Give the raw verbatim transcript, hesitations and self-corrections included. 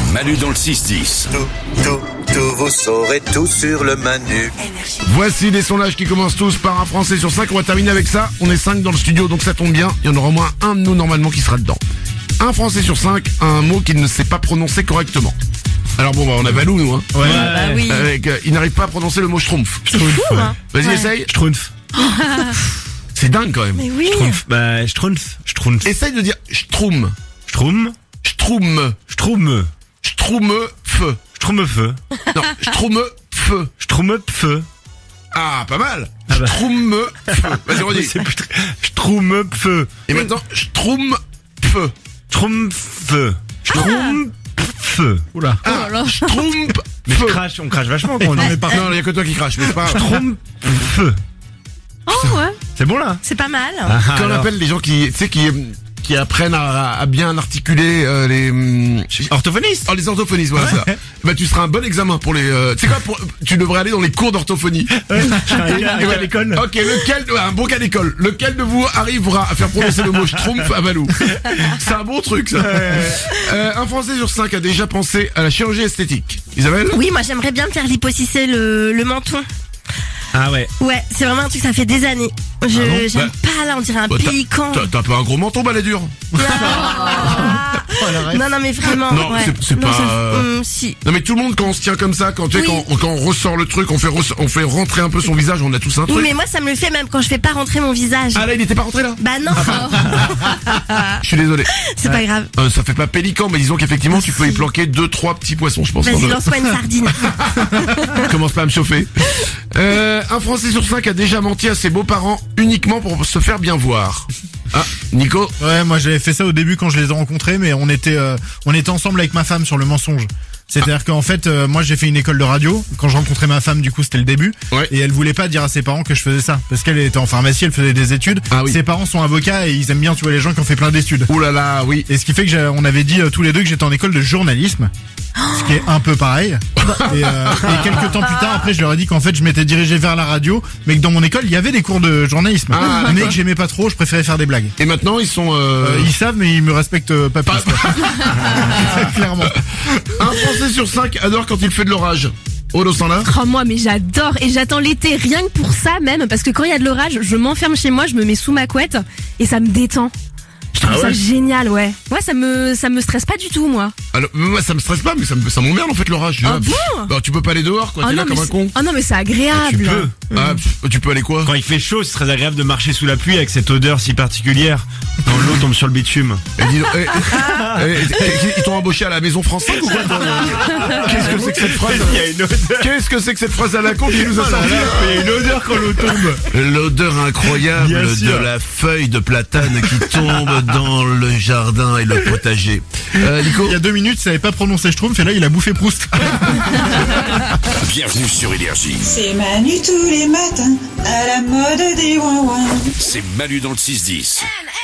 Manu dans le six dix. Tout, tout, tout, vous saurez tout sur le Manu. Voici les sondages qui commencent tous par un Français sur cinq. On va terminer avec ça. On est cinq dans le studio, donc ça tombe bien. Il y en aura au moins un de nous normalement qui sera dedans. Un Français sur cinq a un mot qu'il ne sait pas prononcer correctement. Alors bon, bah, on a Valou, nous, hein. Ouais, bah oui. Avec, euh, il n'arrive pas à prononcer le mot schtroumpf. C'est fou, hein. Vas-y, Ouais. essaye. Schtroumpf. C'est dingue quand même. Mais oui. Schtroumpf. Bah, Schtroumpf. Schtroumpf. Essaye de dire schtroumpf. Schtroumpf. Schtroumpf. Schtroumpf. Schtroumpf. Schtroumpf. Non, schtroumpf. Schtroumpf. Ah, pas mal. Ah bah. Schtroumpf. Vas-y, redis. C'est plus très... Schtroumpf. Et maintenant, schtroumpf. Schtroumpf. Schtroumpf. Oula. Ah, là là. schtroumpf. Mais je crache, on crache vachement quand on dit. Non, il y a que toi qui crache, mais c'est pas grave. Schtroumpf. Oh ouais, C'est bon là? c'est pas mal. Ah, Quand on alors. appelle les gens qui, tu sais, qui, qui apprennent à, à bien articuler euh, les, hum, Orthophoniste. oh, les orthophonistes, voilà ça. Bah, tu seras un bon examen pour les, euh, tu sais quoi, pour, tu devrais aller dans les cours d'orthophonie. Ouais, je suis un Et gars à voilà. l'école. Ok, lequel, ouais, un bon cas d'école. Lequel de vous arrivera à faire prononcer le mot schtroumpf à Valou? C'est un bon truc, ça. Euh, un Français sur cinq a déjà pensé à la chirurgie esthétique. Isabelle? Oui, moi j'aimerais bien me faire liposucer le, le menton. Ah ouais. Ouais, c'est vraiment un truc, ça fait des années. Je, Ah bon j'aime Bah, pas là, on dirait un Bah, t'as- pélican. T'as, t'as pas un gros menton balaydur? Ah. Non, non, mais vraiment. Non, ouais. c'est- c'est Non, pas, ça- euh, hum, si. Non mais tout le monde quand on se tient comme ça, quand tu sais, Oui. quand, quand on ressort le truc, on fait res- on fait rentrer un peu son visage, on a tous un Oui, truc. mais moi ça me le fait même quand je fais pas rentrer mon visage. Ah là il était pas rentré là. Bah non, Je suis désolé. c'est pas grave. Euh, ça fait pas pélican, mais disons qu'effectivement tu peux y planquer deux trois petits poissons, je pense. Vas-y, Dans le- lance-moi une sardine. Commence pas à me chauffer. Euh, un Français sur cinq a déjà menti à ses beaux-parents uniquement pour se faire bien voir. Ah, Nico. Ouais, moi j'avais fait ça au début quand je les ai rencontrés, mais on était euh, on était ensemble avec ma femme sur le mensonge. C'est-à-dire qu'en fait, euh, moi j'ai fait une école de radio. Quand je rencontrais ma femme, du coup, c'était le début. Ouais. Et elle voulait pas dire à ses parents que je faisais ça, parce qu'elle était en pharmacie, elle faisait des études. Ah oui. Ses parents sont avocats et ils aiment bien, tu vois, les gens qui ont fait plein d'études. Ouh là là, oui. Et ce qui fait que j'ai- on avait dit euh, tous les deux que j'étais en école de journalisme, ce qui est un peu pareil. Et, euh, et quelques temps plus tard, après, je leur ai dit qu'en fait, je m'étais dirigé vers la radio, mais que dans mon école, il y avait des cours de journalisme, Ah, mais d'accord. que j'aimais pas trop. Je préférais faire des blagues. Et maintenant ils sont. Euh... Euh, ils savent, mais ils me respectent euh, pas plus. Pas- quoi. Clairement. Un Français sur cinq adore quand il fait de l'orage. Odo sans là. Oh moi mais j'adore et j'attends l'été rien que pour ça même parce que quand il y a de l'orage je m'enferme chez moi, je me mets sous ma couette et ça me détend. Je trouve Ah ouais ça génial, ouais. Ouais, ça me ça me stresse pas du tout moi. Alors, moi ça me stresse pas, mais ça me ça m'emmerde en fait l'orage. Ah Pff, bon bah, tu peux pas aller dehors, quoi. Ah T'es là non, comme mais un c'est- con. ah non mais c'est agréable. Tu peux. Ah, pff, tu peux aller quoi? Quand il fait chaud, c'est très agréable de marcher sous la pluie avec cette odeur si particulière. Quand l'eau tombe sur le bitume. Eh, dis donc, eh, eh, eh, eh, ils t'ont embauché à la maison française ou quoi? toi Qu'est-ce que c'est que cette phrase? Il y a une odeur. Qu'est-ce que c'est que cette phrase à la con qui nous a sorti? Il y a une odeur quand l'eau tombe. L'odeur incroyable Bien de sûr. la feuille de platane qui tombe dans le jardin et le potager. Euh, Nico? Il y a deux minutes, il savait pas prononcer Schtroumpf et là, il a bouffé Proust. Bienvenue sur Énergie. C'est Manu tous les matins, à la mode des ouin-ouin. C'est Manu dans le six dix. M